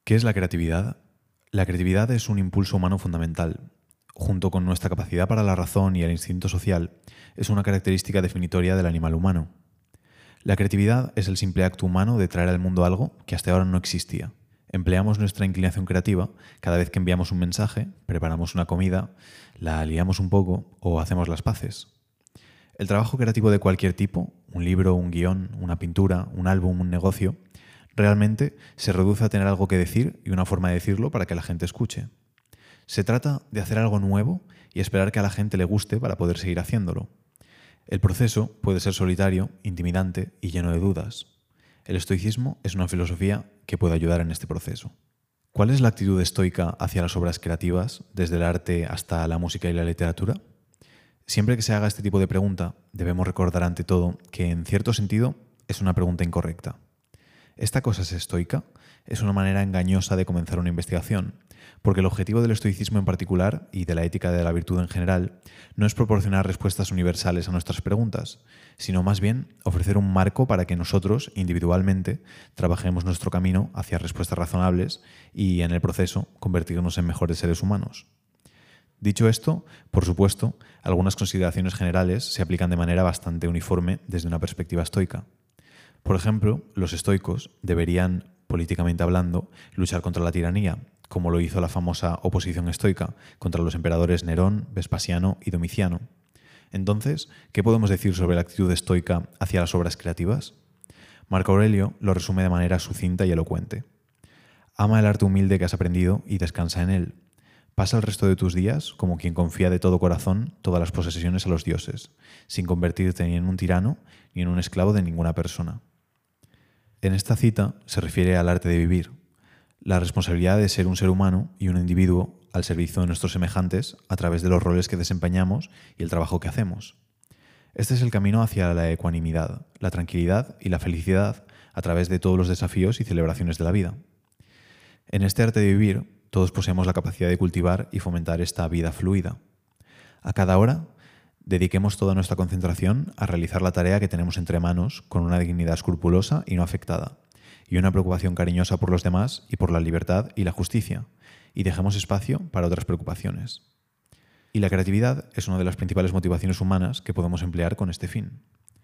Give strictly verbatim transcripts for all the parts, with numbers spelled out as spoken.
¿Qué es la creatividad? La creatividad es un impulso humano fundamental. Junto con nuestra capacidad para la razón y el instinto social, es una característica definitoria del animal humano. La creatividad es el simple acto humano de traer al mundo algo que hasta ahora no existía. Empleamos nuestra inclinación creativa cada vez que enviamos un mensaje, preparamos una comida, la liamos un poco o hacemos las paces. El trabajo creativo de cualquier tipo, un libro, un guión, una pintura, un álbum, un negocio, realmente se reduce a tener algo que decir y una forma de decirlo para que la gente escuche. Se trata de hacer algo nuevo y esperar que a la gente le guste para poder seguir haciéndolo. El proceso puede ser solitario, intimidante y lleno de dudas. El estoicismo es una filosofía que puede ayudar en este proceso. ¿Cuál es la actitud estoica hacia las obras creativas, desde el arte hasta la música y la literatura? Siempre que se haga este tipo de pregunta, debemos recordar ante todo que, en cierto sentido, es una pregunta incorrecta. ¿Esta cosa es estoica? Es una manera engañosa de comenzar una investigación, porque el objetivo del estoicismo en particular y de la ética de la virtud en general no es proporcionar respuestas universales a nuestras preguntas, sino más bien ofrecer un marco para que nosotros, individualmente, trabajemos nuestro camino hacia respuestas razonables y, en el proceso, convertirnos en mejores seres humanos. Dicho esto, por supuesto, algunas consideraciones generales se aplican de manera bastante uniforme desde una perspectiva estoica. Por ejemplo, los estoicos deberían, políticamente hablando, luchar contra la tiranía, como lo hizo la famosa oposición estoica contra los emperadores Nerón, Vespasiano y Domiciano. Entonces, ¿qué podemos decir sobre la actitud estoica hacia las obras creativas? Marco Aurelio lo resume de manera sucinta y elocuente. Ama el arte humilde que has aprendido y descansa en él. Pasa el resto de tus días como quien confía de todo corazón todas las posesiones a los dioses, sin convertirte ni en un tirano ni en un esclavo de ninguna persona. En esta cita se refiere al arte de vivir, la responsabilidad de ser un ser humano y un individuo al servicio de nuestros semejantes a través de los roles que desempeñamos y el trabajo que hacemos. Este es el camino hacia la ecuanimidad, la tranquilidad y la felicidad a través de todos los desafíos y celebraciones de la vida. En este arte de vivir, todos poseemos la capacidad de cultivar y fomentar esta vida fluida. A cada hora, dediquemos toda nuestra concentración a realizar la tarea que tenemos entre manos con una dignidad escrupulosa y no afectada, y una preocupación cariñosa por los demás y por la libertad y la justicia, y dejemos espacio para otras preocupaciones. Y la creatividad es una de las principales motivaciones humanas que podemos emplear con este fin.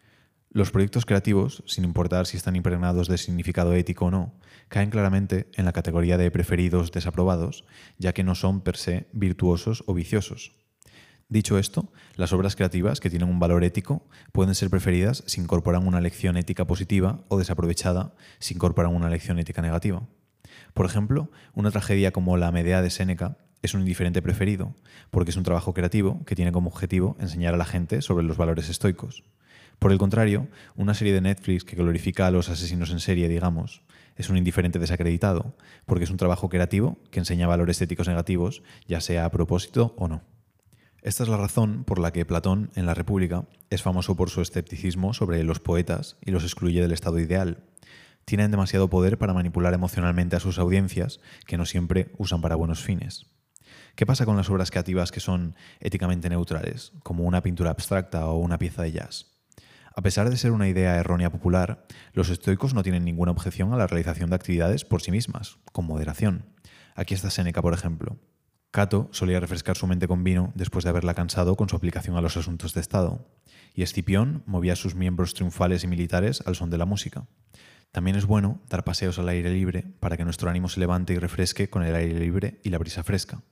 Los proyectos creativos, sin importar si están impregnados de significado ético o no, caen claramente en la categoría de preferidos desaprobados, ya que no son per se virtuosos o viciosos. Dicho esto, las obras creativas que tienen un valor ético pueden ser preferidas si incorporan una lección ética positiva o desaprovechada si incorporan una lección ética negativa. Por ejemplo, una tragedia como la Medea de Séneca es un indiferente preferido, porque es un trabajo creativo que tiene como objetivo enseñar a la gente sobre los valores estoicos. Por el contrario, una serie de Netflix que glorifica a los asesinos en serie, digamos, es un indiferente desacreditado, porque es un trabajo creativo que enseña valores éticos negativos, ya sea a propósito o no. Esta es la razón por la que Platón, en la República, es famoso por su escepticismo sobre los poetas y los excluye del estado ideal. Tienen demasiado poder para manipular emocionalmente a sus audiencias, que no siempre usan para buenos fines. ¿Qué pasa con las obras creativas que son éticamente neutrales, como una pintura abstracta o una pieza de jazz? A pesar de ser una idea errónea popular, los estoicos no tienen ninguna objeción a la realización de actividades por sí mismas, con moderación. Aquí está Séneca, por ejemplo. Cato solía refrescar su mente con vino después de haberla cansado con su aplicación a los asuntos de Estado, y Escipión movía sus miembros triunfales y militares al son de la música. También es bueno dar paseos al aire libre para que nuestro ánimo se levante y refresque con el aire libre y la brisa fresca.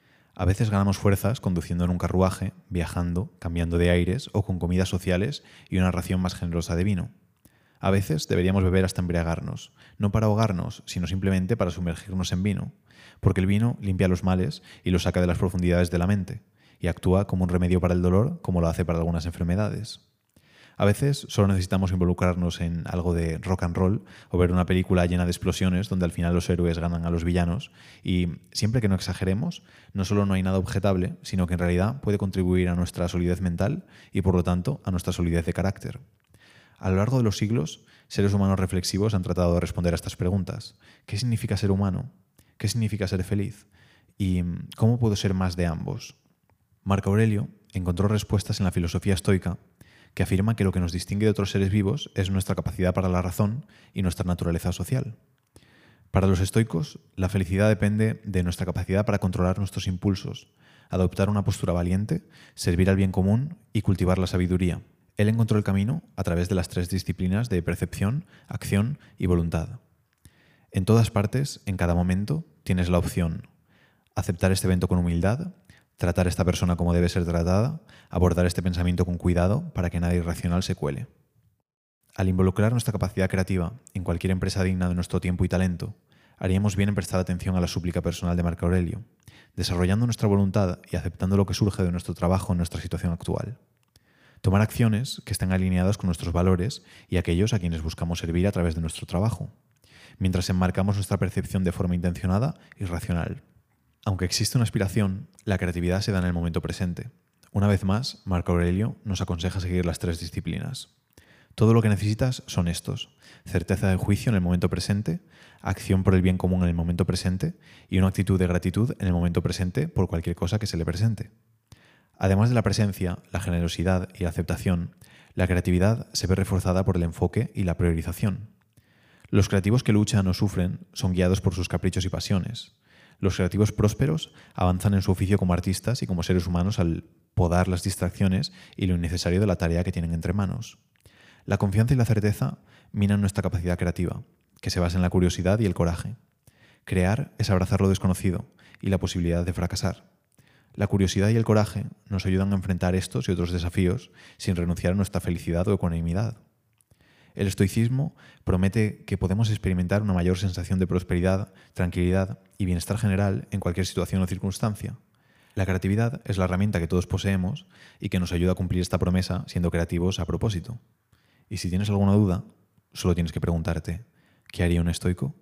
A veces ganamos fuerzas conduciendo en un carruaje, viajando, cambiando de aires o con comidas sociales y una ración más generosa de vino. A veces deberíamos beber hasta embriagarnos, no para ahogarnos, sino simplemente para sumergirnos en vino, porque el vino limpia los males y los saca de las profundidades de la mente, y actúa como un remedio para el dolor, como lo hace para algunas enfermedades. A veces solo necesitamos involucrarnos en algo de rock and roll o ver una película llena de explosiones donde al final los héroes ganan a los villanos, y siempre que no exageremos, no solo no hay nada objetable, sino que en realidad puede contribuir a nuestra solidez mental y por lo tanto a nuestra solidez de carácter. A lo largo de los siglos, seres humanos reflexivos han tratado de responder a estas preguntas. ¿Qué significa ser humano? ¿Qué significa ser feliz? ¿Y cómo puedo ser más de ambos? Marco Aurelio encontró respuestas en la filosofía estoica que afirma que lo que nos distingue de otros seres vivos es nuestra capacidad para la razón y nuestra naturaleza social. Para los estoicos, la felicidad depende de nuestra capacidad para controlar nuestros impulsos, adoptar una postura valiente, servir al bien común y cultivar la sabiduría. Él encontró el camino a través de las tres disciplinas de percepción, acción y voluntad. En todas partes, en cada momento, tienes la opción: aceptar este evento con humildad, tratar a esta persona como debe ser tratada, abordar este pensamiento con cuidado para que nada irracional se cuele. Al involucrar nuestra capacidad creativa en cualquier empresa digna de nuestro tiempo y talento, haríamos bien en prestar atención a la súplica personal de Marco Aurelio, desarrollando nuestra voluntad y aceptando lo que surge de nuestro trabajo en nuestra situación actual. Tomar acciones que estén alineadas con nuestros valores y aquellos a quienes buscamos servir a través de nuestro trabajo, mientras enmarcamos nuestra percepción de forma intencionada y racional. Aunque existe una aspiración, la creatividad se da en el momento presente. Una vez más, Marco Aurelio nos aconseja seguir las tres disciplinas. Todo lo que necesitas son estos: certeza de juicio en el momento presente, acción por el bien común en el momento presente y una actitud de gratitud en el momento presente por cualquier cosa que se le presente. Además de la presencia, la generosidad y la aceptación, la creatividad se ve reforzada por el enfoque y la priorización. Los creativos que luchan o sufren son guiados por sus caprichos y pasiones. Los creativos prósperos avanzan en su oficio como artistas y como seres humanos al podar las distracciones y lo innecesario de la tarea que tienen entre manos. La confianza y la certeza minan nuestra capacidad creativa, que se basa en la curiosidad y el coraje. Crear es abrazar lo desconocido y la posibilidad de fracasar. La curiosidad y el coraje nos ayudan a enfrentar estos y otros desafíos sin renunciar a nuestra felicidad o ecuanimidad. El estoicismo promete que podemos experimentar una mayor sensación de prosperidad, tranquilidad y bienestar general en cualquier situación o circunstancia. La creatividad es la herramienta que todos poseemos y que nos ayuda a cumplir esta promesa siendo creativos a propósito. Y si tienes alguna duda, solo tienes que preguntarte: ¿qué haría un estoico?